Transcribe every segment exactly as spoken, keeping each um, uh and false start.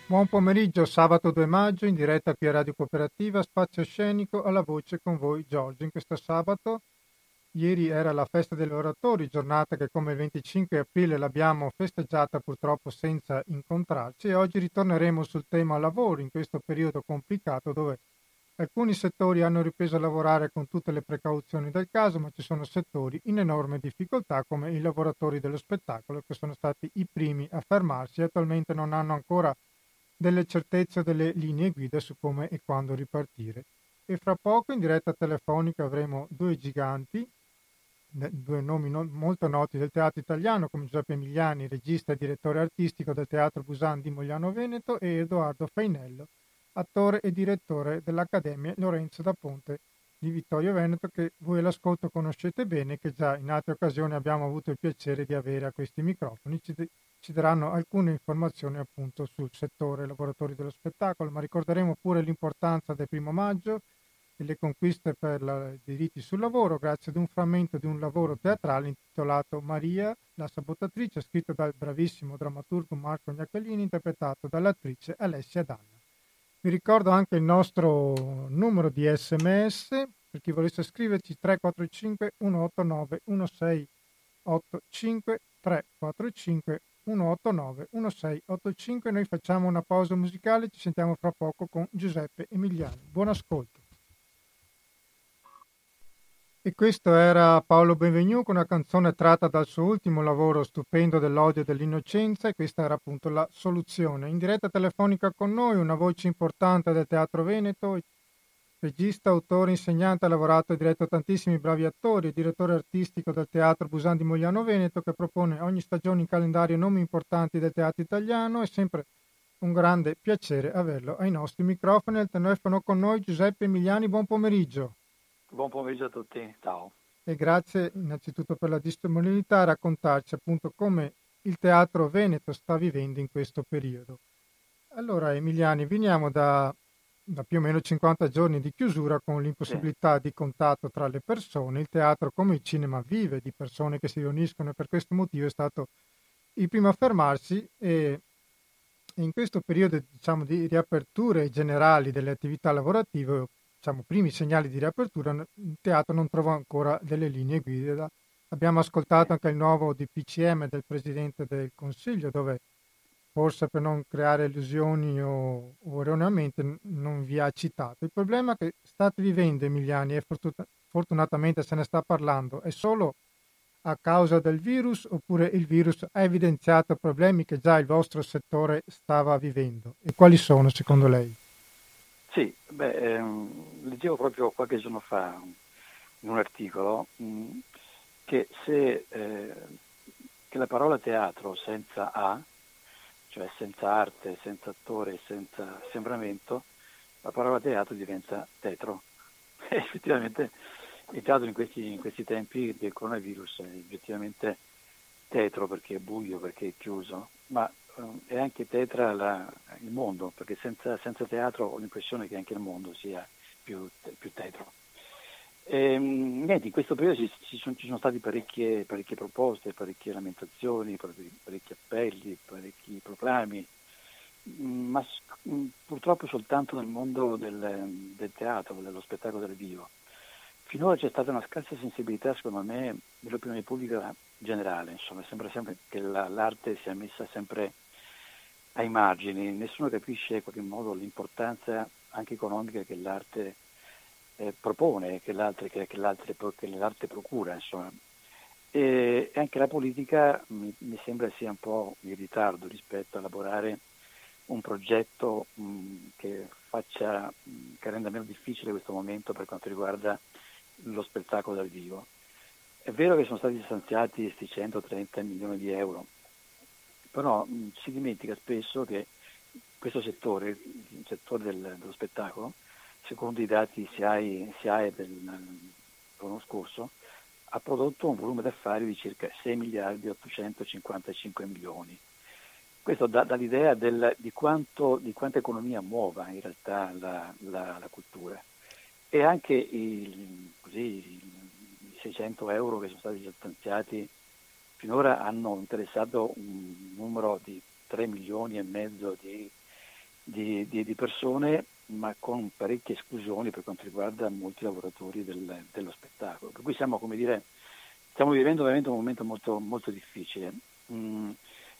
Buon pomeriggio, sabato due maggio, in diretta qui a Radio Cooperativa, Spazio Scenico, alla voce con voi Giorgio. In questo sabato, ieri era la festa dei lavoratori, giornata che come il venticinque aprile l'abbiamo festeggiata purtroppo senza incontrarci, e oggi ritorneremo sul tema lavoro in questo periodo complicato dove alcuni settori hanno ripreso a lavorare con tutte le precauzioni del caso, ma ci sono settori in enorme difficoltà come i lavoratori dello spettacolo che sono stati i primi a fermarsi e attualmente non hanno ancora delle certezze, delle linee guida su come e quando ripartire. E fra poco in diretta telefonica avremo due giganti, due nomi non, molto noti del teatro italiano come Giuseppe Emiliani, regista e direttore artistico del Teatro Busan di Mogliano Veneto, e Edoardo Fainello, attore e direttore dell'Accademia Lorenzo da Ponte di Vittorio Veneto, che voi all'ascolto conoscete bene, che già in altre occasioni abbiamo avuto il piacere di avere a questi microfoni. Ci, de- ci daranno alcune informazioni appunto sul settore lavoratori dello spettacolo, ma ricorderemo pure l'importanza del primo maggio e le conquiste per la- i diritti sul lavoro grazie ad un frammento di un lavoro teatrale intitolato Maria, la sabotatrice, scritto dal bravissimo drammaturgo Marco Gnaccolini, interpretato dall'attrice Alessia Danna. Vi ricordo anche il nostro numero di sms per chi volesse scriverci: tre quattro cinque uno otto nove uno sei otto cinque, tre quattro cinque uno otto nove uno sei otto cinque. Noi facciamo una pausa musicale, ci sentiamo fra poco con Giuseppe Emiliani. Buon ascolto. E questo era Paolo Benvenu con una canzone tratta dal suo ultimo lavoro stupendo dell'odio e dell'innocenza, e questa era appunto La Soluzione. In diretta telefonica con noi una voce importante del Teatro Veneto, regista, autore, insegnante, ha lavorato e diretto tantissimi bravi attori, direttore artistico del Teatro Busan di Mogliano Veneto, che propone ogni stagione in calendario nomi importanti del teatro italiano. È sempre un grande piacere averlo ai nostri microfoni. Al telefono con noi Giuseppe Emiliani, buon pomeriggio. Buon pomeriggio a tutti, ciao. E grazie innanzitutto per la disponibilità a raccontarci appunto come il Teatro Veneto sta vivendo in questo periodo. Allora Emiliani, veniamo da, da più o meno cinquanta giorni di chiusura con Sì. l'impossibilità di contatto tra le persone. Il teatro, come il cinema, vive di persone che si riuniscono, e per questo motivo è stato il primo a fermarsi, e in questo periodo, diciamo, di riaperture generali delle attività lavorative, diciamo, primi segnali di riapertura, il teatro non trova ancora delle linee guida. Abbiamo ascoltato Sì. anche il nuovo D P C M del Presidente del Consiglio, dove forse per non creare illusioni o, o erroneamente n- non vi ha citato. Il problema che state vivendo, Emiliani, e fortuna- fortunatamente se ne sta parlando, è solo a causa del virus, oppure il virus ha evidenziato problemi che già il vostro settore stava vivendo? E quali sono secondo lei? Sì, beh, ehm, leggevo proprio qualche giorno fa in un articolo mh, che se eh, che la parola teatro senza A, cioè senza arte, senza attore, senza sembramento, la parola teatro diventa tetro. E effettivamente il teatro in questi, in questi tempi del coronavirus è effettivamente tetro perché è buio, perché è chiuso, ma eh, è anche tetra la- il mondo, perché senza, senza teatro ho l'impressione che anche il mondo sia più, più tetro. E, mh, niente, in questo periodo ci, ci sono, ci sono state parecchie, parecchie proposte, parecchie lamentazioni, parecchi, parecchi appelli, parecchi proclami, mh, ma s- mh, purtroppo soltanto nel mondo del, del teatro, dello spettacolo dal vivo. Finora c'è stata una scarsa sensibilità, secondo me, dell'opinione pubblica generale, insomma, sembra sempre che la- l'arte sia messa sempre ai margini, nessuno capisce in qualche modo l'importanza anche economica che l'arte eh, propone, che l'arte, che, che l'arte, che l'arte procura, insomma. E anche la politica mi, mi sembra sia un po' in ritardo rispetto a elaborare un progetto mh, che faccia, mh, che renda meno difficile questo momento per quanto riguarda lo spettacolo dal vivo. È vero che sono stati stanziati questi centotrenta milioni di euro, però mh, si dimentica spesso che questo settore, il settore del, dello spettacolo, secondo i dati S I A E, S I A E dell'anno scorso, ha prodotto un volume d'affari di circa sei miliardi ottocentocinquantacinque milioni. Questo dà, dà l'idea del, di, quanto, di quanta economia muova in realtà la, la, la cultura. E anche i, così, i seicento euro che sono stati stanziati finora hanno interessato un numero di tre milioni e mezzo di di, di, di persone, ma con parecchie esclusioni per quanto riguarda molti lavoratori del, dello spettacolo. Per cui siamo, come dire, stiamo vivendo veramente un momento molto, molto difficile. Mm,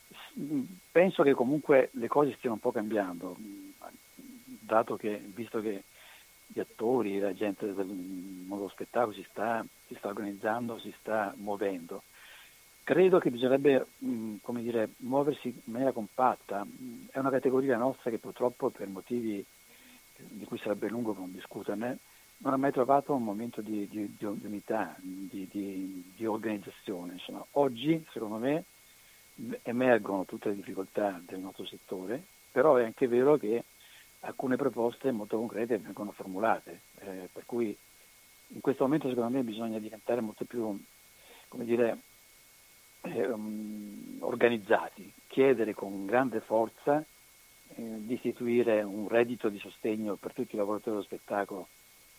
penso che comunque le cose stiano un po' cambiando, dato che, visto che gli attori, la gente del mondo dello spettacolo si sta, si sta organizzando, si sta muovendo. Credo che bisognerebbe, mh, come dire, muoversi in maniera compatta. È una categoria nostra che purtroppo per motivi di cui sarebbe lungo non discuterne, non ha mai trovato un momento di, di, di unità, di, di, di organizzazione. Insomma, oggi, secondo me, emergono tutte le difficoltà del nostro settore, però è anche vero che alcune proposte molto concrete vengono formulate, eh, per cui in questo momento secondo me bisogna diventare molto più, come dire, eh, um, organizzati, chiedere con grande forza eh, di istituire un reddito di sostegno per tutti i lavoratori dello spettacolo,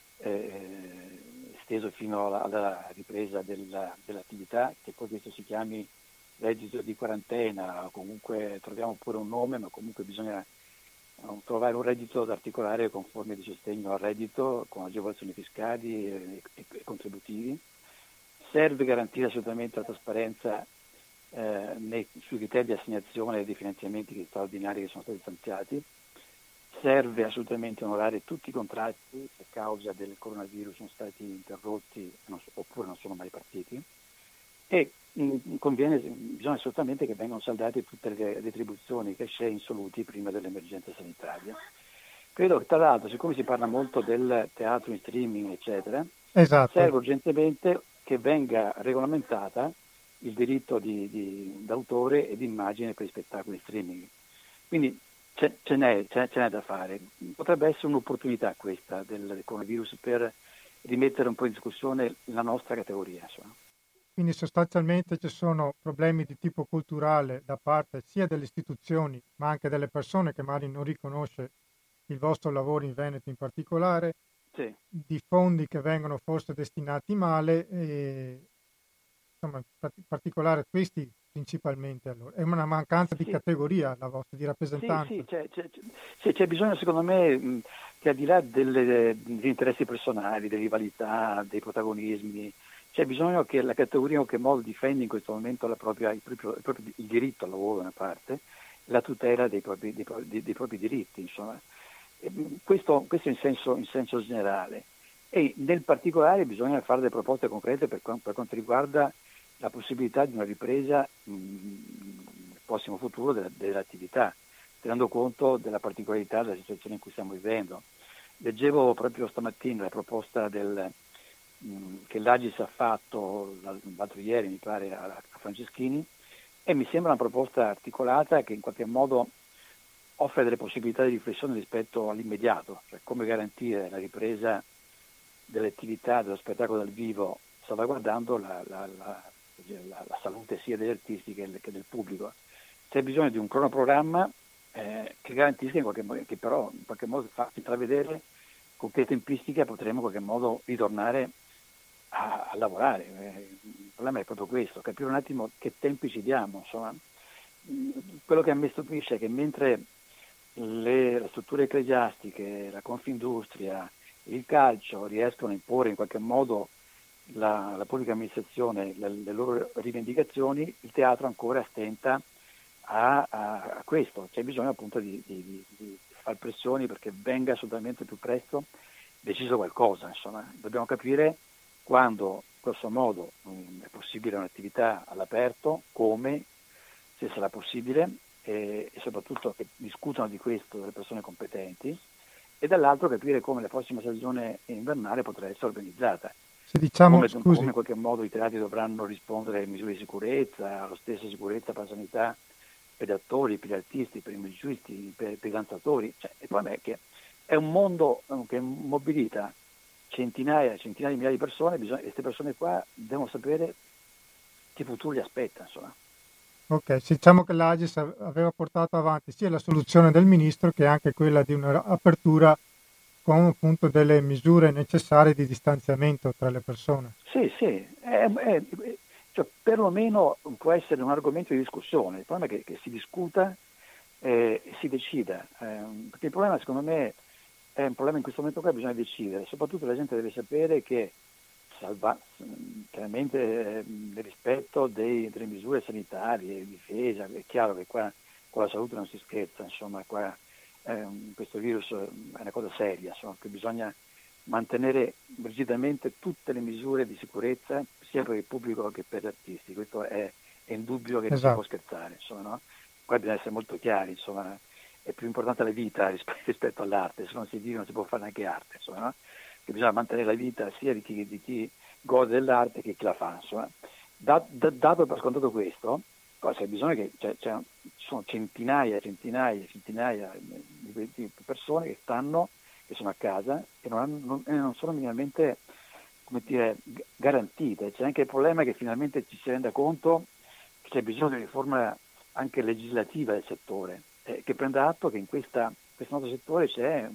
eh, esteso fino alla, alla ripresa della, dell'attività, che poi questo si chiami reddito di quarantena, comunque troviamo pure un nome, ma comunque bisogna trovare un reddito da articolare con forme di sostegno al reddito, con agevolazioni fiscali e, e, e contributivi. Serve garantire assolutamente la trasparenza eh, nei, sui criteri di assegnazione dei finanziamenti straordinari che sono stati stanziati. Serve assolutamente onorare tutti i contratti che a causa del coronavirus sono stati interrotti non so, oppure non sono mai partiti. E mh, conviene, bisogna assolutamente che vengano saldate tutte le retribuzioni cash insoluti prima dell'emergenza sanitaria. Credo che tra l'altro, siccome si parla molto del teatro in streaming, eccetera, esatto. serve urgentemente che venga regolamentata il diritto di, di, d'autore e di immagine per gli spettacoli in streaming. Quindi ce, ce, n'è, ce, ce n'è da fare. Potrebbe essere un'opportunità questa del coronavirus per rimettere un po' in discussione la nostra categoria. Insomma. Quindi sostanzialmente ci sono problemi di tipo culturale da parte sia delle istituzioni, ma anche delle persone che magari non riconosce il vostro lavoro in Veneto in particolare, sì. di fondi che vengono forse destinati male, e insomma in particolare questi principalmente. Allora è una mancanza di sì. categoria la vostra, di rappresentanza. Sì, sì, c'è, c'è, c'è, sì, c'è bisogno secondo me mh, che al di là delle, degli interessi personali, delle rivalità, dei protagonismi, c'è bisogno che la categoria in qualche modo difenda in questo momento la propria, il, proprio, il, proprio, il diritto al lavoro da una parte, la tutela dei propri, dei, dei, dei propri diritti, insomma. E, questo, questo in senso, in senso generale. E nel particolare bisogna fare delle proposte concrete per, per quanto riguarda la possibilità di una ripresa mh, nel prossimo futuro della, dell'attività, tenendo conto della particolarità della situazione in cui stiamo vivendo. Leggevo proprio stamattina la proposta del, mh, che l'A G I S ha fatto l'altro ieri, mi pare, a, a Franceschini, e mi sembra una proposta articolata che in qualche modo offre delle possibilità di riflessione rispetto all'immediato, cioè come garantire la ripresa delle attività dello spettacolo dal vivo salvaguardando la, la, la, la, la salute sia degli artisti che, che del pubblico. C'è bisogno di un cronoprogramma eh, che garantisca in qualche modo, che però in qualche modo fa intravedere con che tempistica potremo in qualche modo ritornare a, a lavorare. Eh, il problema è proprio questo, capire un attimo che tempi ci diamo. Insomma. Quello che a me stupisce è che mentre le, le strutture ecclesiastiche, la Confindustria, il calcio riescono a imporre in qualche modo la, la pubblica amministrazione le, le loro rivendicazioni, il teatro ancora stenta a, a, a questo. C'è bisogno appunto di, di, di, di far pressioni perché venga assolutamente più presto deciso qualcosa. Insomma. Dobbiamo capire quando, in questo modo, mh, è possibile un'attività all'aperto, come, se sarà possibile, e, e soprattutto che discutano di questo delle persone competenti, e dall'altro capire come la prossima stagione invernale potrà essere organizzata. Se diciamo, come, scusi, come in qualche modo i teatri dovranno rispondere alle misure di sicurezza, alla stessa sicurezza per la sanità, per gli attori, per gli artisti, per i musicisti, per, per i danzatori. Cioè, il problema è che è un mondo che mobilita centinaia e centinaia di migliaia di persone, bisogna, e queste persone qua devono sapere che futuro li aspetta. Insomma. Ok, diciamo che l'A G I S aveva portato avanti sia la soluzione del ministro che anche quella di un'apertura con appunto delle misure necessarie di distanziamento tra le persone. Sì, sì, è, è, cioè, perlomeno può essere un argomento di discussione. Il problema è che, che si discuta e si decida, eh, perché il problema secondo me è un problema in questo momento qua, bisogna decidere, soprattutto la gente deve sapere che salva, chiaramente eh, nel rispetto dei, delle misure sanitarie, difesa, è chiaro che qua con la salute non si scherza, insomma, qua ehm, questo virus è una cosa seria, insomma, che bisogna mantenere rigidamente tutte le misure di sicurezza sia per il pubblico che per gli artisti, questo è, è indubbio che non si può Esatto. scherzare, insomma, no? Qua bisogna essere molto chiari, insomma, è più importante la vita rispetto, rispetto all'arte, se non si vive non si può fare neanche arte, insomma, no? Che bisogna mantenere la vita sia di chi, di chi gode dell'arte che chi la fa, insomma. Da, da, dato per scontato questo, c'è bisogno che cioè, c'è, ci sono centinaia e centinaia e centinaia di, di persone che stanno, che sono a casa e non, hanno, non, non sono minimamente, come dire, garantite. C'è anche il problema che finalmente ci si renda conto che c'è bisogno di riforma anche legislativa del settore, eh, che prenda atto che in questa, questo nostro settore c'è,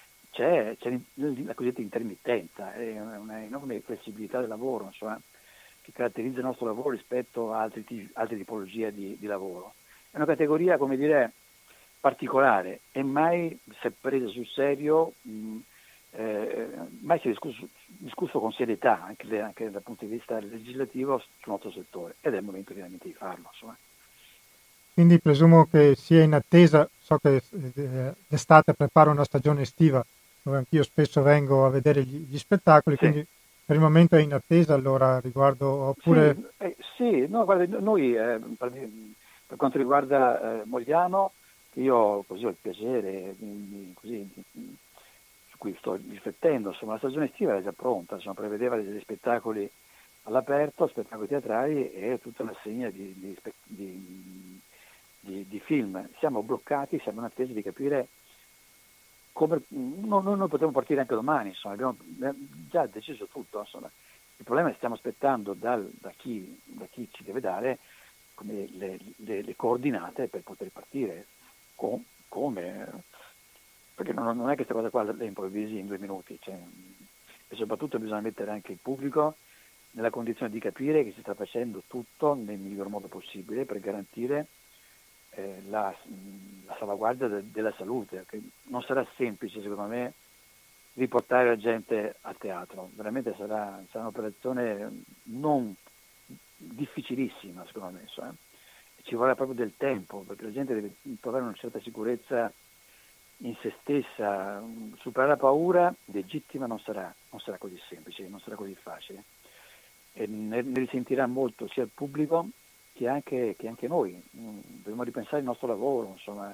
c'è, c'è la cosiddetta intermittenza, è una enorme flessibilità del lavoro, insomma, che caratterizza il nostro lavoro rispetto a altre, altre tipologie di, di lavoro. È una categoria, come dire, particolare e mai, se presa sul serio, mh, eh, mai si è discusso, discusso con serietà, anche, anche dal punto di vista legislativo, sul nostro settore, ed è il momento finalmente di farlo. Insomma. Quindi presumo che sia in attesa, so che eh, l'estate prepara una stagione estiva dove anch'io spesso vengo a vedere gli, gli spettacoli, Sì. quindi per il momento è in attesa allora riguardo, oppure... Sì, eh, sì no, guarda, noi eh, per, per quanto riguarda eh, Mogliano, io così ho il piacere, di, così, di, su cui sto riflettendo, insomma la stagione estiva è già pronta, insomma, prevedeva degli spettacoli all'aperto, spettacoli teatrali e tutta una segna di, di, di, di, di film. Siamo bloccati, siamo in attesa di capire come, no, noi, noi potremmo partire anche domani, insomma, abbiamo già deciso tutto, insomma. Il problema è che stiamo aspettando dal, da, chi, da chi ci deve dare come le, le, le coordinate per poter partire, con, come, perché non, non è che questa cosa qua le improvvisi in due minuti, cioè, e soprattutto bisogna mettere anche il pubblico nella condizione di capire che si sta facendo tutto nel miglior modo possibile per garantire eh, la, la salvaguardia de, della salute, che non sarà semplice secondo me riportare la gente a teatro, veramente sarà, sarà un'operazione non difficilissima secondo me, so, eh? Ci vorrà proprio del tempo perché la gente deve trovare una certa sicurezza in se stessa, superare la paura legittima non sarà, non sarà così semplice, non sarà così facile e ne, ne risentirà molto sia il pubblico che anche, che anche noi, dobbiamo ripensare il nostro lavoro, insomma.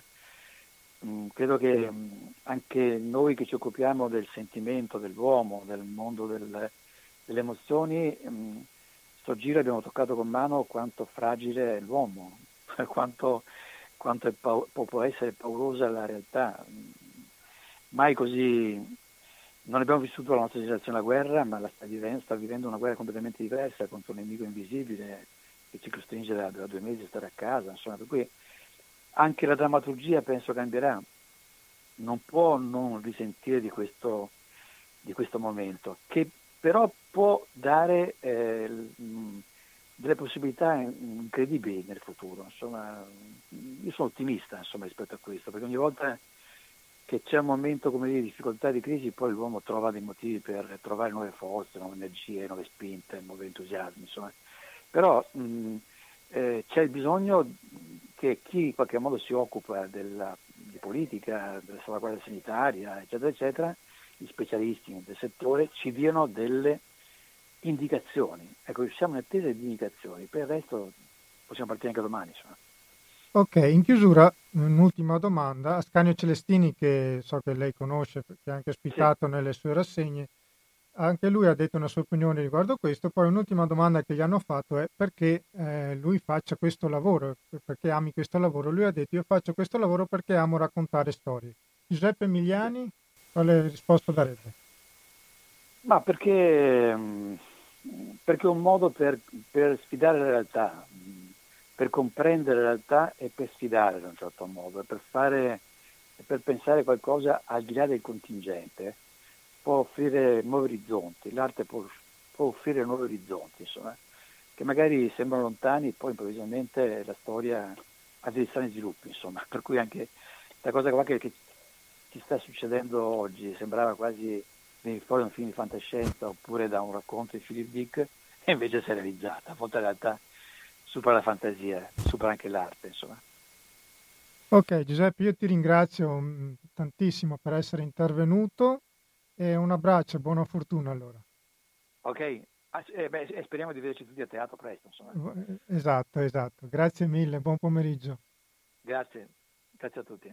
Credo che anche noi che ci occupiamo del sentimento dell'uomo, del mondo del, delle emozioni, sto giro abbiamo toccato con mano quanto fragile è l'uomo, quanto, quanto è pa- può essere paurosa la realtà. Mai così, non abbiamo vissuto la nostra generazione la guerra, ma la sta vivendo, sta vivendo una guerra completamente diversa contro un nemico invisibile che ci costringe da, da due mesi a stare a casa, insomma, per cui anche la drammaturgia penso cambierà, non può non risentire di questo, di questo momento, che però può dare eh, delle possibilità incredibili nel futuro. Insomma, io sono ottimista insomma, rispetto a questo, perché ogni volta che c'è un momento come dire, di difficoltà, di crisi, poi l'uomo trova dei motivi per trovare nuove forze, nuove energie, nuove spinte, nuovi entusiasmi. Insomma. Però mh, eh, c'è il bisogno che chi in qualche modo si occupa della, di politica, della salvaguardia sanitaria, eccetera, eccetera, gli specialisti del settore ci diano delle indicazioni. Ecco, siamo in attesa di indicazioni, per il resto possiamo partire anche domani. Insomma. Ok, in chiusura un'ultima domanda. Ascanio Celestini, che so che lei conosce perché ha anche Sì. ospitato nelle sue rassegne, anche lui ha detto una sua opinione riguardo questo. Poi un'ultima domanda che gli hanno fatto è perché eh, lui faccia questo lavoro, perché ami questo lavoro. Lui ha detto io faccio questo lavoro perché amo raccontare storie. Giuseppe Sì. Emiliani, quale risposta darebbe? Ma perché, perché è un modo per, per sfidare la realtà, per comprendere la realtà e per sfidare da un certo modo, per fare, per pensare qualcosa al di là del contingente, può offrire nuovi orizzonti, l'arte può, può offrire nuovi orizzonti, insomma, che magari sembrano lontani, poi improvvisamente la storia ha degli strani sviluppi, insomma, per cui anche la cosa qua che, che ti sta succedendo oggi sembrava quasi venire fuori da un film di fantascienza oppure da un racconto di Philip Dick, e invece si è realizzata. A volte in realtà supera la fantasia, supera anche l'arte, insomma. Ok Giuseppe, io ti ringrazio mh, tantissimo per essere intervenuto e un abbraccio, buona fortuna allora. Ok, ah, eh, beh, e speriamo di vederci tutti a teatro presto, insomma. Eh, Esatto, esatto. Grazie mille, buon pomeriggio. Grazie, grazie a tutti.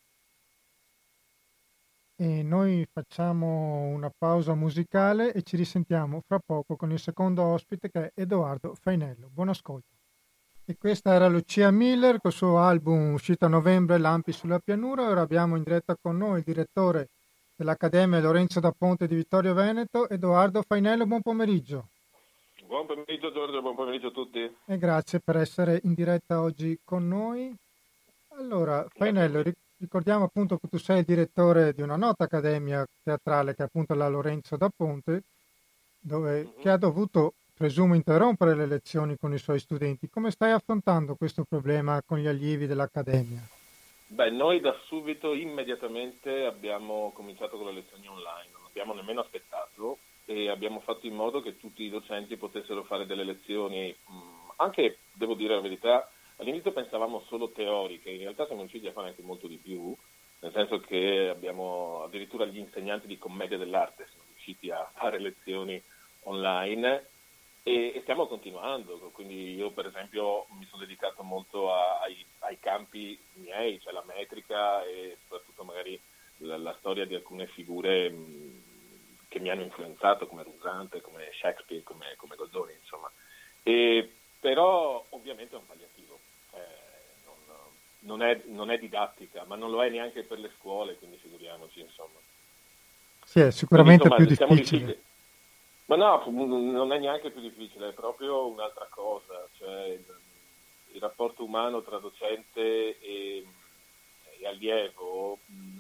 E noi facciamo una pausa musicale e ci risentiamo fra poco con il secondo ospite che è Edoardo Fainello. Buon ascolto. E questa era Lucia Miller col suo album uscito a novembre, Lampi sulla pianura. Ora abbiamo in diretta con noi il direttore dell'Accademia Lorenzo da Ponte di Vittorio Veneto, Edoardo Fainello. Buon pomeriggio. Buon pomeriggio Giorgio, buon pomeriggio a tutti. E grazie per essere in diretta oggi con noi. Allora, Fainello, ricordiamo appunto che tu sei il direttore di una nota accademia teatrale che è appunto la Lorenzo da Ponte, dove, mm-hmm. che ha dovuto, presumo, interrompere le lezioni con i suoi studenti. Come stai affrontando questo problema con gli allievi dell'accademia? Beh, noi da subito, immediatamente, abbiamo cominciato con le lezioni online, non abbiamo nemmeno aspettato e abbiamo fatto in modo che tutti i docenti potessero fare delle lezioni, mh, anche, devo dire la verità, all'inizio pensavamo solo teoriche, in realtà siamo riusciti a fare anche molto di più, nel senso che abbiamo addirittura gli insegnanti di commedia dell'arte sono riusciti a fare lezioni online e, e stiamo continuando, quindi io per esempio mi sono dedicato molto a, ai, ai campi miei, cioè la metrica e soprattutto magari la, la storia di alcune figure mh, che mi hanno influenzato come Rusante, come Shakespeare, come, come Goldoni, insomma. E, però ovviamente è un palliativo, eh, non, non, è, non è didattica, ma non lo è neanche per le scuole, quindi figuriamoci, insomma. Sì, è sicuramente quindi, insomma, più difficile. Riusciti. Ma no, non è neanche più difficile, è proprio un'altra cosa, cioè il, il rapporto umano tra docente e, e allievo mh,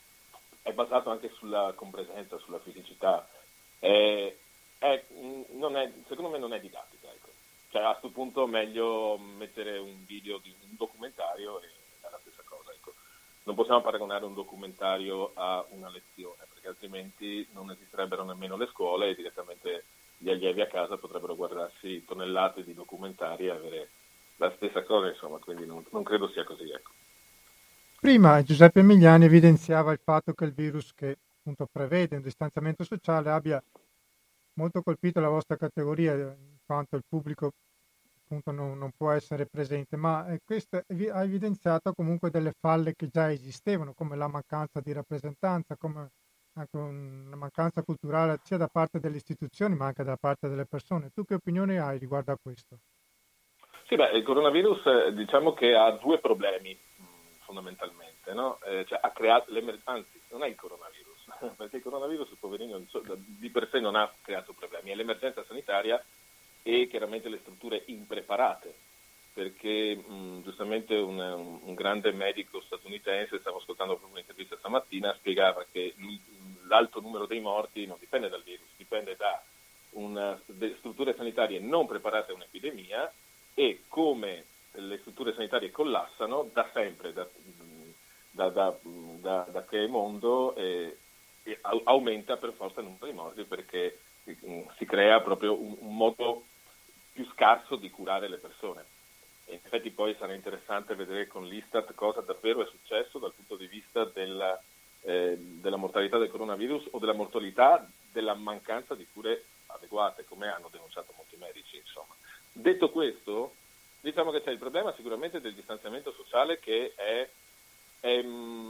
è basato anche sulla compresenza, sulla fisicità, è, è, non è, secondo me non è didattica, ecco. Cioè a questo punto è meglio mettere un video di un documentario e è la stessa cosa, ecco. Non possiamo paragonare un documentario a una lezione, perché altrimenti non esisterebbero nemmeno le scuole e direttamente gli allievi a casa potrebbero guardarsi tonnellate di documentari e avere la stessa cosa, insomma, quindi non, non credo sia così, ecco. Prima Giuseppe Emiliani evidenziava il fatto che il virus che appunto prevede un distanziamento sociale abbia molto colpito la vostra categoria, in quanto il pubblico appunto non, non può essere presente, ma eh, questo ha evidenziato comunque delle falle che già esistevano, come la mancanza di rappresentanza, come anche una mancanza culturale sia da parte delle istituzioni ma anche da parte delle persone. Tu che opinione hai riguardo a questo? Sì, beh, il coronavirus diciamo che ha due problemi mh, fondamentalmente, no? Eh, cioè, ha creato l'emergenza, anzi non è il coronavirus, perché il coronavirus poverino di per sé non ha creato problemi, è l'emergenza sanitaria e chiaramente le strutture impreparate, perché mh, giustamente un, un, un grande medico statunitense, stavo ascoltando proprio un'intervista stamattina, spiegava che l'alto numero dei morti non dipende dal virus, dipende da una, strutture sanitarie non preparate a un'epidemia e come le strutture sanitarie collassano da sempre, da, da, da, da, da che mondo, eh, e aumenta per forza il numero dei morti perché si crea proprio un, un modo più scarso di curare le persone. E in effetti poi sarà interessante vedere con l'Istat cosa davvero è successo dal punto di vista della, eh, della mortalità del coronavirus o della mortalità della mancanza di cure adeguate, come hanno denunciato molti medici, insomma. Detto questo, diciamo che c'è il problema sicuramente del distanziamento sociale che è, è,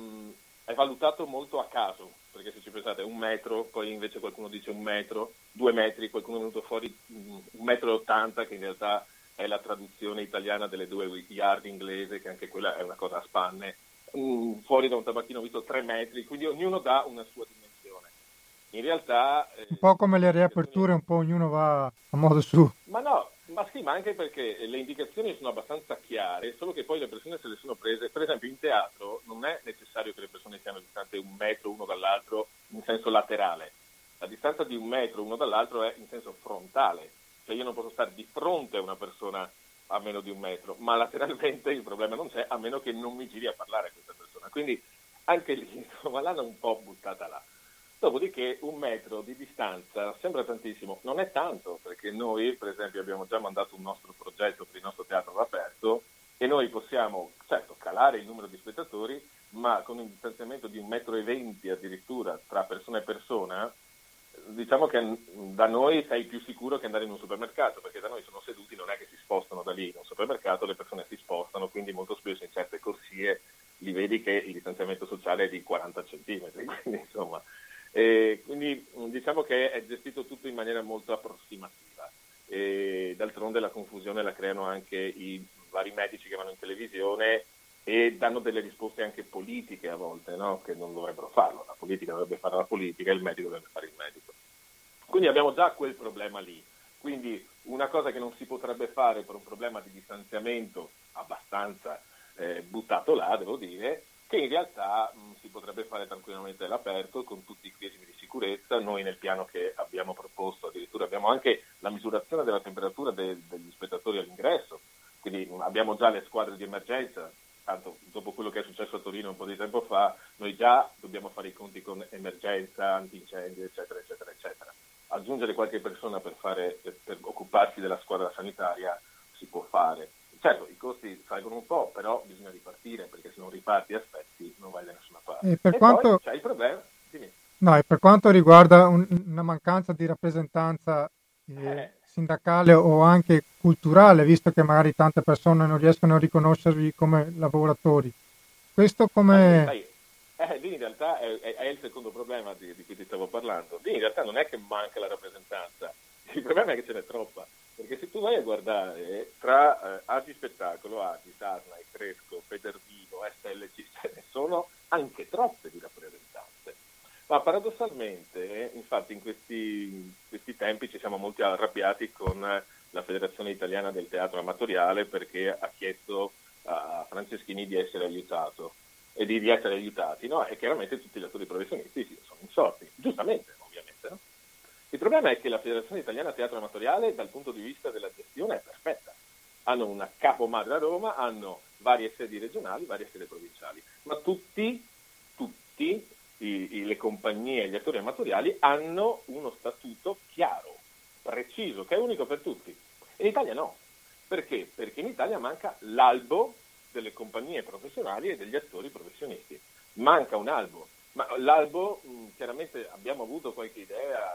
è valutato molto a caso, perché se ci pensate un metro, poi invece qualcuno dice un metro, due metri, qualcuno è venuto fuori un metro e ottanta, che in realtà è la traduzione italiana delle due yard inglese, che anche quella è una cosa a spanne, um, fuori da un tabacchino ho visto tre metri, quindi ognuno dà una sua dimensione. In realtà... Eh, un po' come le riaperture, un po' ognuno va a modo su. Ma no, ma sì, ma anche perché le indicazioni sono abbastanza chiare, solo che poi le persone se le sono prese, per esempio in teatro non è necessario che le persone siano distanti un metro uno dall'altro in senso laterale, la distanza di un metro uno dall'altro è in senso frontale, cioè io non posso stare di fronte a una persona a meno di un metro, ma lateralmente il problema non c'è, a meno che non mi giri a parlare a questa persona. Quindi anche lì, insomma, l'hanno un po' buttata là. Dopodiché un metro di distanza sembra tantissimo, non è tanto, perché noi per esempio abbiamo già mandato un nostro progetto per il nostro teatro all'aperto e noi possiamo, certo, calare il numero di spettatori, ma con un distanziamento di un metro e venti addirittura tra persona e persona, diciamo che da noi sei più sicuro che andare in un supermercato, perché da noi sono seduti, non è che si spostano da lì. In un supermercato le persone si spostano, quindi molto spesso in certe corsie li vedi che il distanziamento sociale è di quaranta centimetri, quindi insomma... E quindi diciamo che è gestito tutto in maniera molto approssimativa e d'altronde la confusione la creano anche i vari medici che vanno in televisione e danno delle risposte anche politiche a volte, no? Che non dovrebbero farlo, la politica dovrebbe fare la politica e il medico dovrebbe fare il medico. Quindi abbiamo già quel problema lì, quindi una cosa che non si potrebbe fare per un problema di distanziamento abbastanza eh, buttato là, devo dire, che in realtà mh, si potrebbe fare tranquillamente all'aperto con tutti i criteri di sicurezza. Noi nel piano che abbiamo proposto addirittura abbiamo anche la misurazione della temperatura de- degli spettatori all'ingresso, quindi mh, abbiamo già le squadre di emergenza, tanto dopo quello che è successo a Torino un po' di tempo fa, noi già dobbiamo fare i conti con emergenza, antincendio, eccetera, eccetera, eccetera. Aggiungere qualche persona per, fare, per, per occuparsi della squadra sanitaria si può fare. Certo, i costi salgono un po', però bisogna ripartire, perché se non riparti e aspetti non vai da nessuna parte. E per e quanto... poi c'è il problema, dimmi. No, e per quanto riguarda un- una mancanza di rappresentanza eh, Eh, sindacale o anche culturale, visto che magari tante persone non riescono a riconoscervi come lavoratori, questo ma lì, come... sai, eh, lì in realtà è, è- è il secondo problema di, di cui ti stavo parlando. Lì in realtà non è che manca la rappresentanza, il problema è che ce n'è troppa. Perché se tu vai a guardare tra eh, Agi Spettacolo, Agi, Sarnai, Cresco, Federvino, S L C, ce ne sono anche troppe di rappresentanze. Ma paradossalmente, infatti, in questi, in questi tempi ci siamo molti arrabbiati con la Federazione Italiana del Teatro Amatoriale perché ha chiesto a Franceschini di essere aiutato e di, di essere aiutati, no? E chiaramente tutti gli attori professionisti si sono insorti, giustamente, ovviamente, no? Il problema è che la Federazione Italiana Teatro Amatoriale dal punto di vista della gestione è perfetta. Hanno una capomadre a Roma, hanno varie sedi regionali, varie sedi provinciali, ma tutti, tutti i, i, le compagnie e gli attori amatoriali hanno uno statuto chiaro, preciso, che è unico per tutti. In Italia no. Perché? Perché in Italia manca l'albo delle compagnie professionali e degli attori professionisti. Manca un albo. Ma l'albo, mh, chiaramente abbiamo avuto qualche idea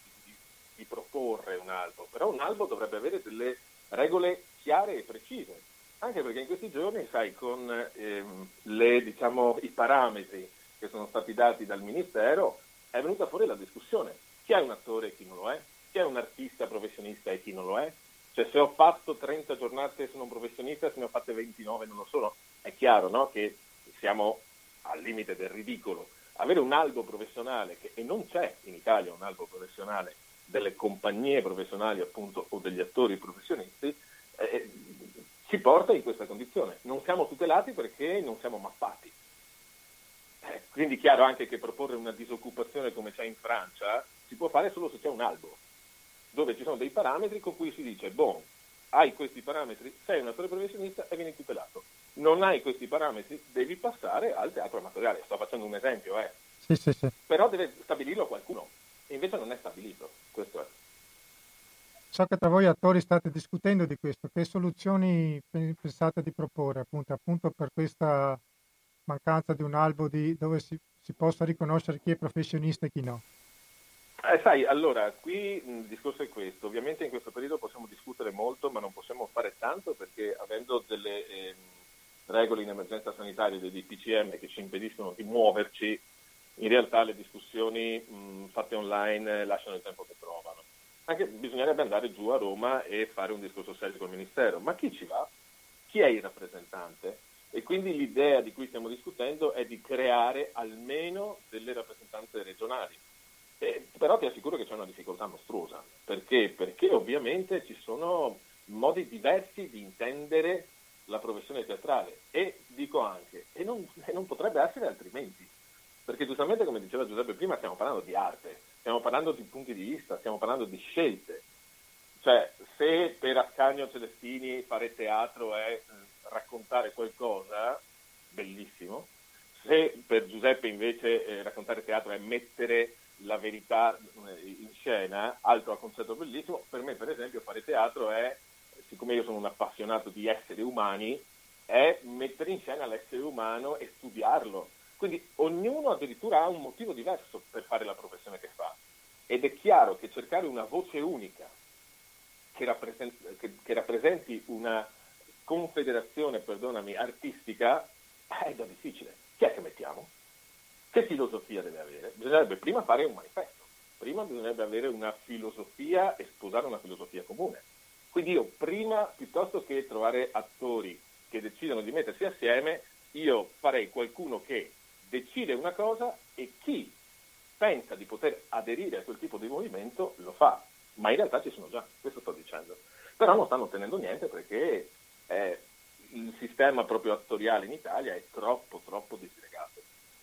di proporre un albo, però un albo dovrebbe avere delle regole chiare e precise, anche perché in questi giorni, sai, con ehm, le, diciamo, i parametri che sono stati dati dal Ministero, è venuta fuori la discussione. Chi è un attore e chi non lo è? Chi è un artista professionista e chi non lo è? Cioè, se ho fatto trenta giornate sono un professionista, se ne ho fatte ventinove non lo sono. È chiaro, no? Che siamo al limite del ridicolo. Avere un albo professionale, che, e non c'è in Italia un albo professionale delle compagnie professionali appunto o degli attori professionisti, eh, ci porta in questa condizione. Non siamo tutelati perché non siamo mappati. Eh, quindi chiaro anche che proporre una disoccupazione come c'è in Francia si può fare solo se c'è un albo, dove ci sono dei parametri con cui si dice, boh, hai questi parametri, sei un attore professionista e vieni tutelato. Non hai questi parametri, devi passare al teatro amatoriale. Sto facendo un esempio, eh. Sì, sì, sì. Però deve stabilirlo qualcuno. E invece non è stabilito, questo è. So che tra voi attori state discutendo di questo. Che soluzioni pe- pensate di proporre appunto, appunto per questa mancanza di un albo di, dove si, si possa riconoscere chi è professionista e chi no? Eh, sai, allora, qui mh, il discorso è questo. Ovviamente in questo periodo possiamo discutere molto, ma non possiamo fare tanto perché avendo delle ehm, regole in emergenza sanitaria, dei P C M che ci impediscono di muoverci, in realtà le discussioni mh, fatte online eh, lasciano il tempo che trovano. Anche bisognerebbe andare giù a Roma e fare un discorso serio col Ministero. Ma chi ci va? Chi è il rappresentante? E quindi l'idea di cui stiamo discutendo è di creare almeno delle rappresentanze regionali. Eh, però ti assicuro che c'è una difficoltà mostruosa. Perché? Perché ovviamente ci sono modi diversi di intendere la professione teatrale. E dico anche, e non, e non potrebbe essere altrimenti. Perché giustamente, come diceva Giuseppe prima, stiamo parlando di arte, stiamo parlando di punti di vista, stiamo parlando di scelte. Cioè, se per Ascanio Celestini fare teatro è raccontare qualcosa, bellissimo. Se per Giuseppe invece eh, raccontare teatro è mettere la verità in scena, altro concetto bellissimo. Per me, per esempio, fare teatro è, siccome io sono un appassionato di esseri umani, è mettere in scena l'essere umano e studiarlo. Quindi ognuno addirittura ha un motivo diverso per fare la professione che fa. Ed è chiaro che cercare una voce unica che rappresenti, che, che rappresenti una confederazione, perdonami, artistica, è già difficile. Chi è che mettiamo? Che filosofia deve avere? Bisognerebbe prima fare un manifesto, prima bisognerebbe avere una filosofia e sposare una filosofia comune. Quindi io prima, piuttosto che trovare attori che decidono di mettersi assieme, io farei qualcuno che decide una cosa e chi pensa di poter aderire a quel tipo di movimento lo fa. Ma in realtà ci sono già, questo sto dicendo. Però non stanno ottenendo niente perché eh, il sistema proprio attoriale in Italia è troppo, troppo disgregato.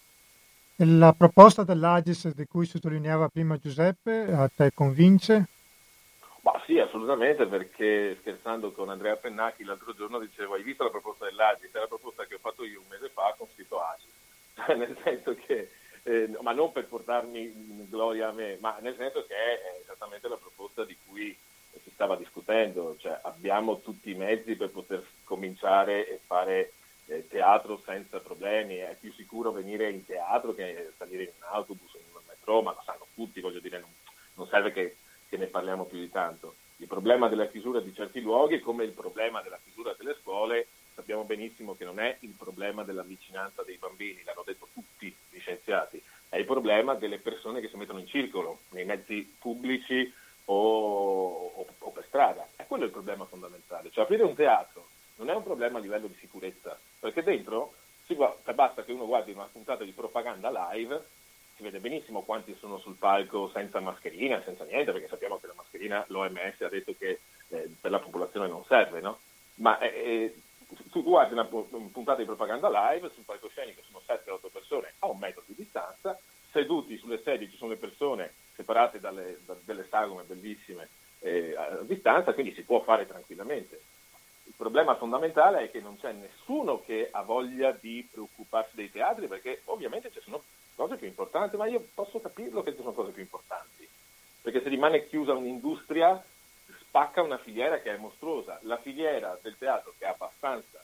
La proposta dell'Agis di cui sottolineava prima Giuseppe, a te convince? Ma sì, assolutamente, perché scherzando con Andrea Pennacchi l'altro giorno dicevo: hai visto la proposta dell'Agis? È la proposta che ho fatto io un mese fa con scritto Agis. Nel senso che, eh, ma non per portarmi in gloria a me, ma nel senso che è esattamente la proposta di cui si stava discutendo, cioè abbiamo tutti i mezzi per poter cominciare e fare eh, teatro senza problemi. È più sicuro venire in teatro che salire in un autobus o in un metro, ma lo sanno tutti, voglio dire, non, non serve che, che ne parliamo più di tanto. Il problema della chiusura di certi luoghi, come il problema della chiusura delle scuole, sappiamo benissimo che non è il problema della vicinanza dei bambini, l'hanno detto tutti gli scienziati, è il problema delle persone che si mettono in circolo nei mezzi pubblici o, o, o per strada. È quello il problema fondamentale. Cioè aprire un teatro non è un problema a livello di sicurezza, perché dentro si guarda, basta che uno guardi una puntata di propaganda live, si vede benissimo quanti sono sul palco senza mascherina, senza niente, perché sappiamo che la mascherina l'O M S ha detto che eh, per la popolazione non serve, no? Ma eh, tu guardi una puntata di propaganda live, sul palcoscenico sono sette otto persone a un metro di distanza, seduti sulle sedie ci sono le persone separate dalle, da, delle sagome bellissime eh, a distanza, quindi si può fare tranquillamente. Il problema fondamentale è che non c'è nessuno che ha voglia di preoccuparsi dei teatri, perché ovviamente ci sono cose più importanti, ma io posso capirlo che ci sono cose più importanti, perché se rimane chiusa un'industria spacca una filiera che è mostruosa. La filiera del teatro, che è abbastanza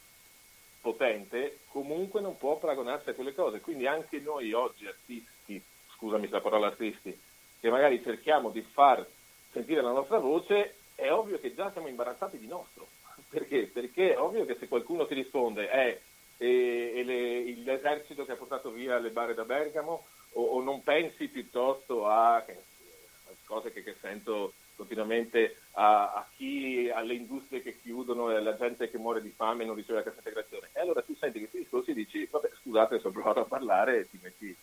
potente, comunque non può paragonarsi a quelle cose, quindi anche noi oggi artisti, scusami la parola artisti, che magari cerchiamo di far sentire la nostra voce, è ovvio che già siamo imbarazzati di nostro. Perché? Perché è ovvio che se qualcuno ti risponde è e, e le, l'esercito che ha portato via le bare da Bergamo, o, o non pensi piuttosto a, che, a cose che, che sento continuamente, a, a chi, alle industrie che chiudono e alla gente che muore di fame e non riceve la cassa integrazione. E allora tu senti questi discorsi e dici: vabbè, scusate, sono provato a parlare, e ti metti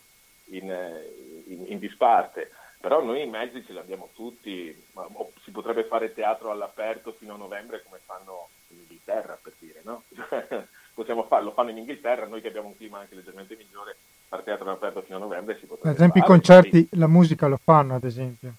in, in, in disparte. Però noi i mezzi ce li abbiamo tutti, ma si potrebbe fare teatro all'aperto fino a novembre come fanno in Inghilterra, per dire, no? Possiamo farlo, lo fanno in Inghilterra, noi che abbiamo un clima anche leggermente migliore, fare teatro all'aperto fino a novembre si potrebbe ad esempio fare. I concerti, sì. La musica lo fanno, ad esempio.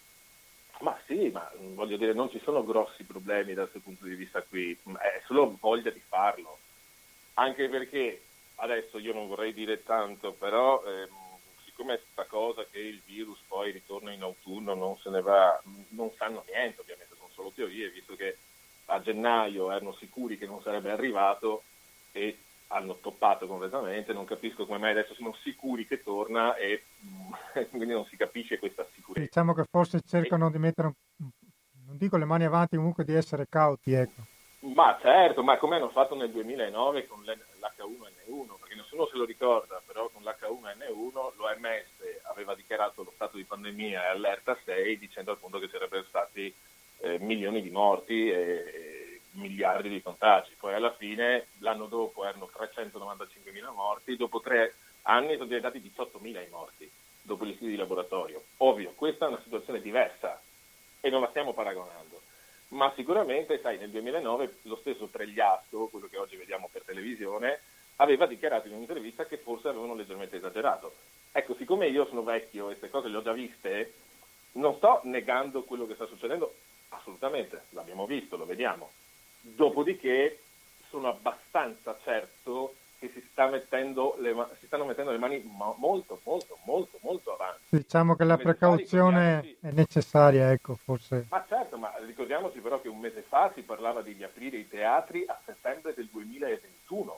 Ma sì, ma voglio dire, non ci sono grossi problemi da questo punto di vista qui, è solo voglia di farlo. Anche perché, adesso io non vorrei dire tanto, però... Ehm, siccome questa cosa che il virus poi ritorna in autunno non se ne va, non sanno niente, ovviamente sono solo teorie, visto che a gennaio erano sicuri che non sarebbe arrivato e hanno toppato completamente, non capisco come mai adesso sono sicuri che torna e quindi non si capisce questa sicurezza. Diciamo che forse cercano e... di mettere, non dico le mani avanti, comunque di essere cauti, ecco. Ma certo, ma come hanno fatto nel duemilanove con l'H uno N uno, perché nessuno se lo ricorda, però con l'H uno N uno l'O M S aveva dichiarato lo stato di pandemia e allerta sei, dicendo appunto che ci sarebbero stati eh, milioni di morti e, e miliardi di contagi. Poi alla fine, l'anno dopo erano trecentonovantacinquemila morti, dopo tre anni sono diventati diciottomila i morti, dopo gli studi di laboratorio. Ovvio, questa è una situazione diversa e non la stiamo paragonando. Ma sicuramente, sai, nel duemilanove lo stesso Pregliasco, quello che oggi vediamo per televisione, aveva dichiarato in un'intervista che forse avevano leggermente esagerato. Ecco, siccome io sono vecchio e queste cose le ho già viste, non sto negando quello che sta succedendo, Assolutamente, l'abbiamo visto, lo vediamo. Dopodiché sono abbastanza certo che si, sta mettendo le ma- si stanno mettendo le mani mo- molto, molto, molto, molto avanti. Diciamo che la Un mese fa, precauzione ricordiamoci, è necessaria, ecco, forse. ma certo, ma ricordiamoci però che un mese fa si parlava di riaprire i teatri a settembre del duemilaventuno.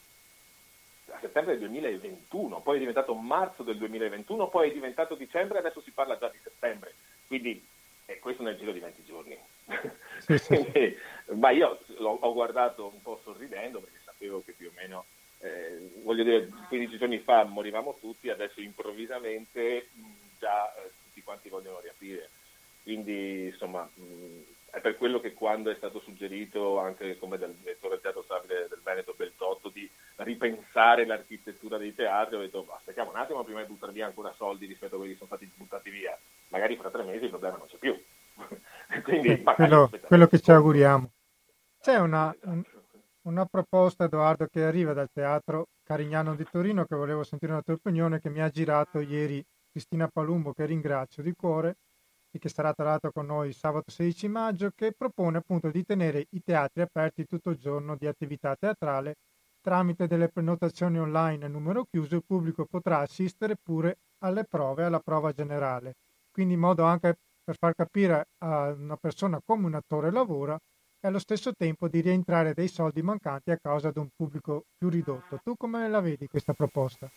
A settembre del duemilaventuno, poi è diventato marzo del duemilaventuno, poi è diventato dicembre, adesso si parla già di settembre. Quindi eh, questo nel giro di venti giorni. Sì, sì, sì. Quindi, ma io l'ho, ho guardato un po' sorridendo perché sapevo che più o meno, eh, voglio dire, quindici giorni fa morivamo tutti, adesso improvvisamente mh, già eh, tutti quanti vogliono riaprire. Quindi insomma mh, è per quello che quando è stato suggerito anche come dal direttore del Teatro Stabile del Veneto Beltotto di ripensare l'architettura dei teatri, ho detto aspettiamo un attimo prima di buttare via ancora soldi rispetto a quelli che sono stati buttati via, magari fra tre mesi il problema non c'è più. Quindi Sì, magari quello, quello aspetteremo che un ci po'. auguriamo. C'è Eh, sì, una, un- esatto. una proposta, Edoardo, che arriva dal teatro Carignano di Torino, che volevo sentire una tua opinione, che mi ha girato ieri Cristina Palumbo, che ringrazio di cuore, e che sarà tra l'altro con noi sabato sedici maggio, che propone appunto di tenere i teatri aperti tutto il giorno di attività teatrale tramite delle prenotazioni online a numero chiuso. Il pubblico potrà assistere pure alle prove, alla prova generale, quindi in modo anche per far capire a una persona come un attore lavora e allo stesso tempo di rientrare dei soldi mancanti a causa di un pubblico più ridotto. Tu come la vedi questa proposta?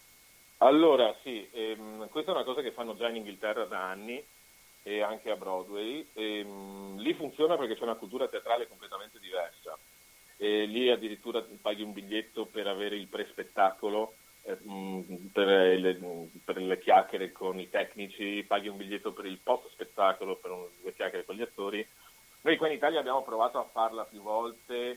Allora sì, ehm, questa è una cosa che fanno già in Inghilterra da anni e anche a Broadway. Ehm, lì funziona perché c'è una cultura teatrale completamente diversa. E lì addirittura paghi un biglietto per avere il pre-spettacolo, eh, mh, per, le, per le chiacchiere con i tecnici, paghi un biglietto per il post-spettacolo, per un, due chiacchiere con gli attori. Noi qua in Italia abbiamo provato a farla più volte,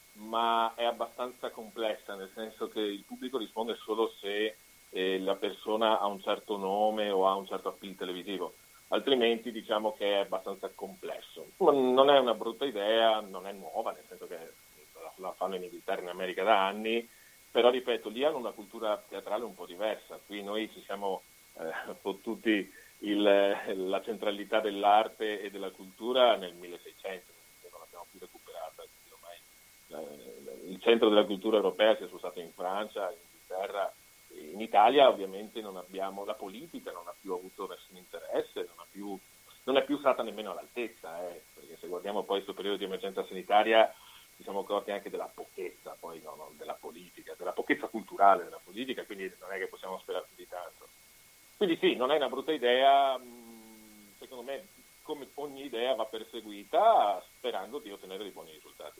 ma è abbastanza complessa, nel senso che il pubblico risponde solo se eh, la persona ha un certo nome o ha un certo appeal televisivo, altrimenti diciamo che è abbastanza complesso. Ma non è una brutta idea, non è nuova, nel senso che la fanno in Inghilterra e in America da anni, però ripeto, lì hanno una cultura teatrale un po' diversa. Qui noi ci siamo eh, fottuti il, la centralità dell'arte e della cultura nel milleseicento, non l'abbiamo più recuperata, ormai eh, il centro della cultura europea si è spostato in Francia, in Inghilterra. In Italia ovviamente non abbiamo, la politica non ha più avuto nessun interesse, non, ha più, non è più stata nemmeno all'altezza, eh, perché se guardiamo poi questo periodo di emergenza sanitaria ci siamo accorti anche della pochezza, poi no, no, della politica, della pochezza culturale della politica, quindi non è che possiamo sperare più di tanto. Quindi sì, non è una brutta idea, secondo me come ogni idea va perseguita sperando di ottenere dei buoni risultati.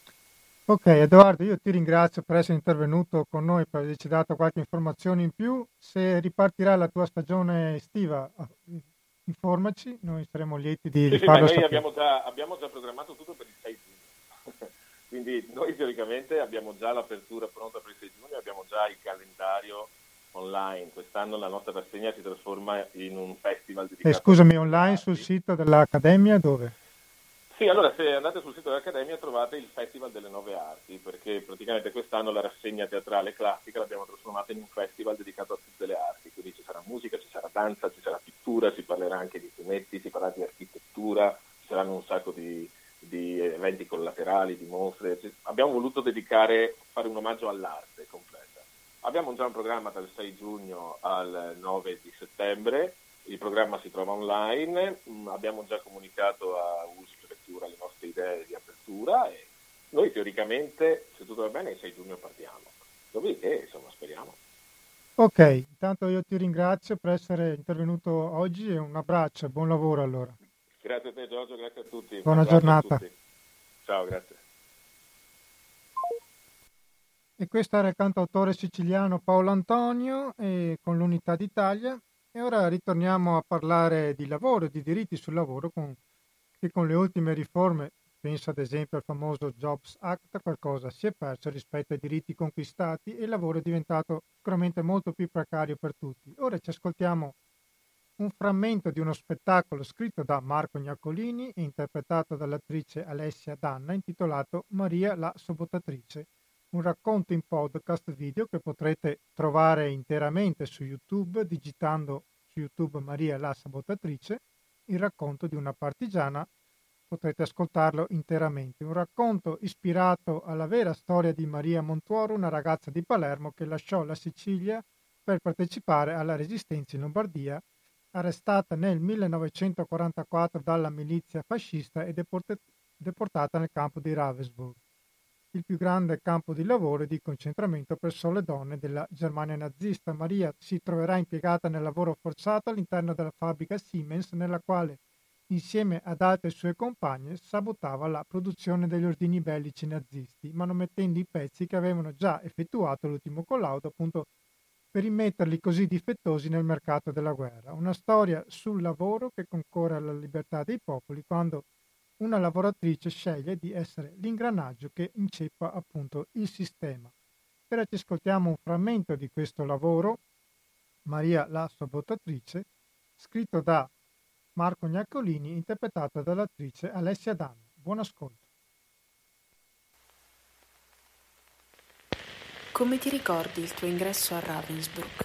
Ok, Edoardo, io ti ringrazio per essere intervenuto con noi, per averci dato qualche informazione in più. Se ripartirà la tua stagione estiva, informaci, noi saremo lieti di, Sì, di sì, beh, farlo noi sapere. abbiamo già, abbiamo già programmato tutto per il sei giugno, quindi noi teoricamente abbiamo già l'apertura pronta per il sei giugno, abbiamo già il calendario online. Quest'anno la nostra rassegna si trasforma in un festival E dedicato a scusami, tutte le online sul arti. sito dell'Accademia dove? Sì, allora se andate sul sito dell'Accademia trovate il Festival delle Nove Arti, perché praticamente quest'anno la rassegna teatrale classica l'abbiamo trasformata in un festival dedicato a tutte le arti, quindi ci sarà musica, ci sarà danza, ci sarà pittura, si parlerà anche di fumetti, si parlerà di architettura, ci saranno un sacco di, di eventi collaterali, di mostre. Abbiamo voluto dedicare, fare un omaggio all'arte completa. Abbiamo già un programma dal sei giugno al nove di settembre, il programma si trova online, abbiamo già comunicato a U S P le nostre idee di apertura e noi teoricamente, se tutto va bene, il sei giugno partiamo. Dopodiché, insomma, speriamo. Ok, intanto io ti ringrazio per essere intervenuto oggi e un abbraccio e buon lavoro allora. Grazie a te Giorgio, grazie a tutti, un Buona abbraccio a giornata. tutti. Ciao, grazie. E questo era il cantautore siciliano Paolo Antonio e con l'Unità d'Italia. E ora ritorniamo a parlare di lavoro e di diritti sul lavoro con, che con le ultime riforme, penso ad esempio al famoso Jobs Act, qualcosa si è perso rispetto ai diritti conquistati e il lavoro è diventato sicuramente molto più precario per tutti. Ora ci ascoltiamo un frammento di uno spettacolo scritto da Marco Gnaccolini e interpretato dall'attrice Alessia Danna, intitolato Maria la Sabotatrice, un racconto in podcast video che potrete trovare interamente su YouTube digitando su YouTube Maria la Sabotatrice, il racconto di una partigiana potrete ascoltarlo interamente. Un racconto ispirato alla vera storia di Maria Montuoro, una ragazza di Palermo che lasciò la Sicilia per partecipare alla resistenza in Lombardia, arrestata nel millenovecentoquarantaquattro dalla milizia fascista e deportata deportata nel campo di Ravensbrück, il più grande campo di lavoro e di concentramento per sole donne della Germania nazista. Maria si troverà impiegata nel lavoro forzato all'interno della fabbrica Siemens, nella quale, insieme ad altre sue compagne, sabotava la produzione degli ordini bellici nazisti, manomettendo i pezzi che avevano già effettuato l'ultimo collaudo, appunto per immetterli così difettosi nel mercato della guerra. Una storia sul lavoro che concorre alla libertà dei popoli quando una lavoratrice sceglie di essere l'ingranaggio che inceppa appunto il sistema. Ora ci ascoltiamo un frammento di questo lavoro, Maria la sabotatrice, scritto da Marco Gnaccolini, interpretato dall'attrice Alessia Danna. Buon ascolto. Come ti ricordi il tuo ingresso a Ravensbrück?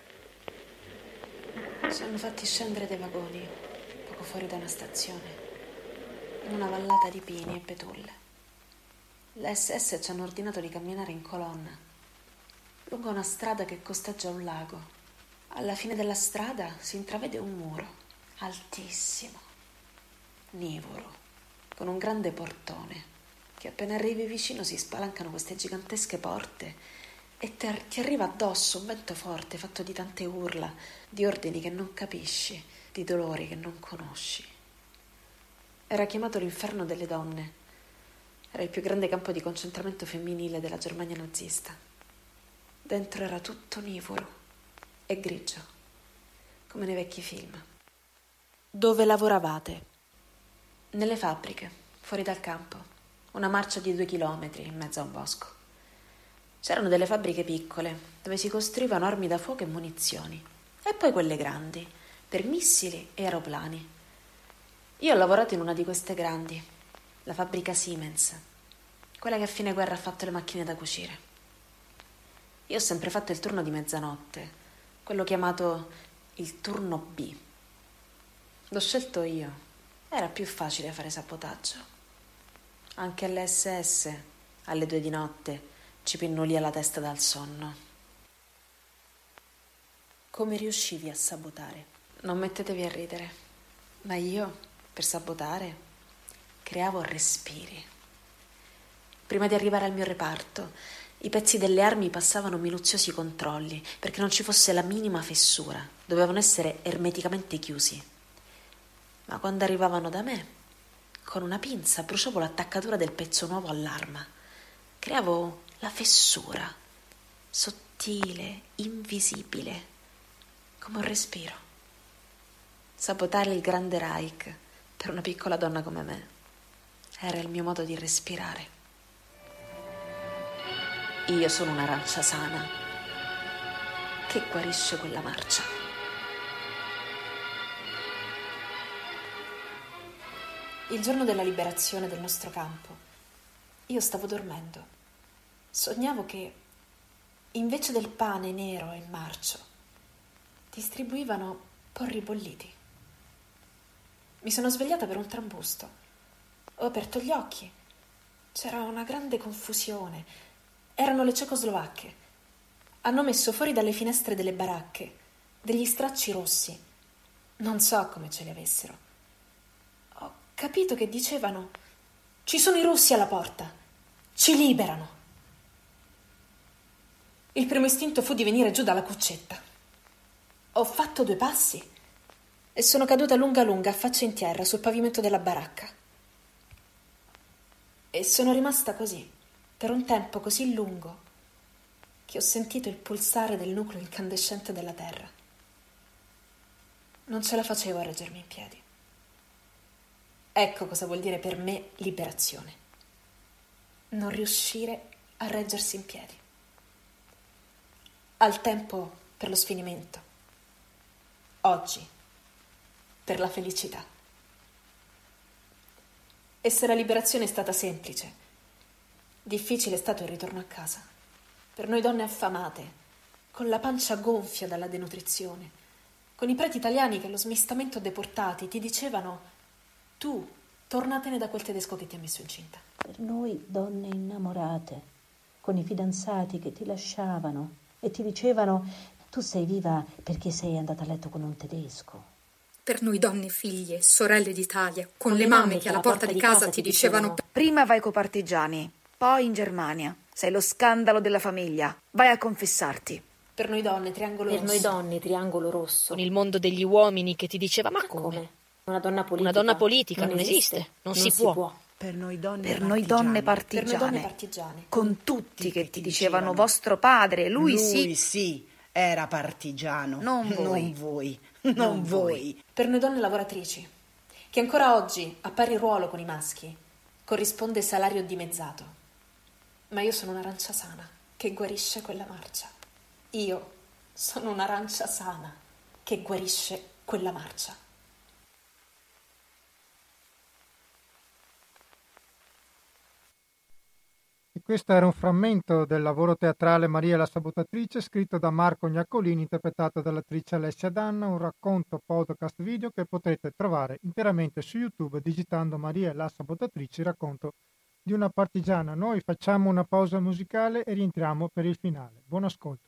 Ci hanno fatti scendere dai vagoni, poco fuori da una stazione, in una vallata di pini e betulle. Le S S ci hanno ordinato di camminare in colonna, lungo una strada che costeggia un lago. Alla fine della strada si intravede un muro, altissimo, nivoro, con un grande portone, che appena arrivi vicino si spalancano queste gigantesche porte e te, ti arriva addosso un vento forte fatto di tante urla, di ordini che non capisci, di dolori che non conosci. Era chiamato l'inferno delle donne. Era il più grande campo di concentramento femminile della Germania nazista. Dentro era tutto nivoro e grigio, come nei vecchi film. Dove lavoravate? Nelle fabbriche, fuori dal campo, una marcia di due chilometri in mezzo a un bosco. C'erano delle fabbriche piccole, dove si costruivano armi da fuoco e munizioni, e poi quelle grandi, per missili e aeroplani. Io ho lavorato in una di queste grandi, la fabbrica Siemens, quella che a fine guerra ha fatto le macchine da cucire. Io ho sempre fatto il turno di mezzanotte, quello chiamato il turno B. L'ho scelto io, era più facile fare sabotaggio. Anche alle S S, alle due di notte, ci pinnulia la testa dal sonno. Come riuscivi a sabotare? Non mettetevi a ridere, ma io, per sabotare, creavo respiri. Prima di arrivare al mio reparto, i pezzi delle armi passavano minuziosi controlli perché non ci fosse la minima fessura, dovevano essere ermeticamente chiusi. Ma quando arrivavano da me, con una pinza bruciavo l'attaccatura del pezzo nuovo all'arma. Creavo la fessura, sottile, invisibile, come un respiro. Sabotare il grande Reich per una piccola donna come me era il mio modo di respirare. Io sono un'arancia sana che guarisce quella marcia. Il giorno della liberazione del nostro campo, io stavo dormendo. Sognavo che, invece del pane nero e marcio, distribuivano porri bolliti. Mi sono svegliata per un trambusto. Ho aperto gli occhi. C'era una grande confusione. Erano le cecoslovacche. Hanno messo fuori dalle finestre delle baracche degli stracci rossi. Non so come ce li avessero. Ho capito che dicevano: ci sono i russi alla porta, ci liberano. Il primo istinto fu di venire giù dalla cuccetta. Ho fatto due passi e sono caduta lunga lunga a faccia in terra sul pavimento della baracca. E sono rimasta così, per un tempo così lungo, che ho sentito il pulsare del nucleo incandescente della terra. Non ce la facevo a reggermi in piedi. Ecco cosa vuol dire per me liberazione. Non riuscire a reggersi in piedi. Al tempo per lo sfinimento. Oggi per la felicità. E se la liberazione è stata semplice, difficile è stato il ritorno a casa. Per noi donne affamate, con la pancia gonfia dalla denutrizione, con i preti italiani che allo smistamento deportati ti dicevano: tu Tornatene da quel tedesco che ti ha messo incinta. Per noi donne innamorate, con i fidanzati che ti lasciavano e ti dicevano: tu sei viva perché sei andata a letto con un tedesco. Per noi donne, figlie, sorelle d'Italia, con, con le mamme che alla porta di casa ti dicevano: prima vai coi partigiani, poi in Germania. Sei lo scandalo della famiglia. Vai a confessarti. Per noi donne, triangolo per rosso. Per noi donne, triangolo rosso. Con il mondo degli uomini che ti diceva: ma, ma come? come? Una donna politica, Una donna politica non, non esiste, esiste, non, non si, si può. può. Per noi donne, per partigiane. Noi donne partigiane. Per noi donne partigiane. Con tutti che ti dicevano: vostro padre, lui, lui sì. Lui sì, era partigiano. Non voi. Non voi. Non, non voi. voi. Per noi donne lavoratrici, che ancora oggi, a pari ruolo con i maschi, corrisponde salario dimezzato. Ma io sono un'arancia sana che guarisce quella marcia. Io sono un'arancia sana che guarisce quella marcia. E questo era un frammento del lavoro teatrale Maria la sabotatrice, scritto da Marco Gnaccolini, interpretato dall'attrice Alessia Danna, un racconto podcast video che potrete trovare interamente su YouTube digitando Maria la sabotatrice, il racconto di una partigiana. Noi facciamo una pausa musicale e rientriamo per il finale. Buon ascolto.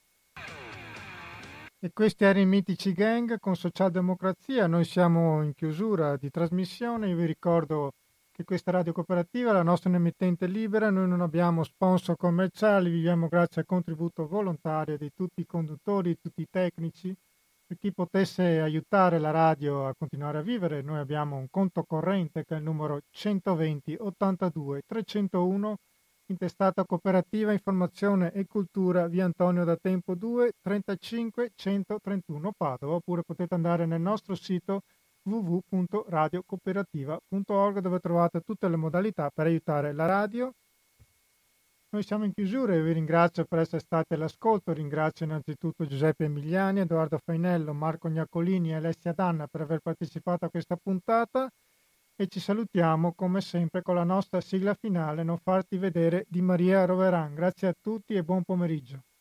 E questi erano i mitici Gang con Socialdemocrazia. Noi siamo in chiusura di trasmissione. Io vi ricordo che questa radio cooperativa è la nostra emittente libera, noi non abbiamo sponsor commerciali, viviamo grazie al contributo volontario di tutti i conduttori, di tutti i tecnici. Per chi potesse aiutare la radio a continuare a vivere, noi abbiamo un conto corrente che è il numero centoventi ottantadue trecentouno, intestato a Cooperativa Informazione e Cultura, via Antonio da Tempo due, trentacinque centotrentuno Padova, oppure potete andare nel nostro sito w w w punto radio cooperativa punto org dove trovate tutte le modalità per aiutare la radio. Noi siamo in chiusura e vi ringrazio per essere stati all'ascolto. Ringrazio innanzitutto Giuseppe Emiliani, Edoardo Fainello, Marco Gnaccolini e Alessia Danna per aver partecipato a questa puntata e ci salutiamo come sempre con la nostra sigla finale Non farti vedere di Maria Roveran. Grazie a tutti e buon pomeriggio.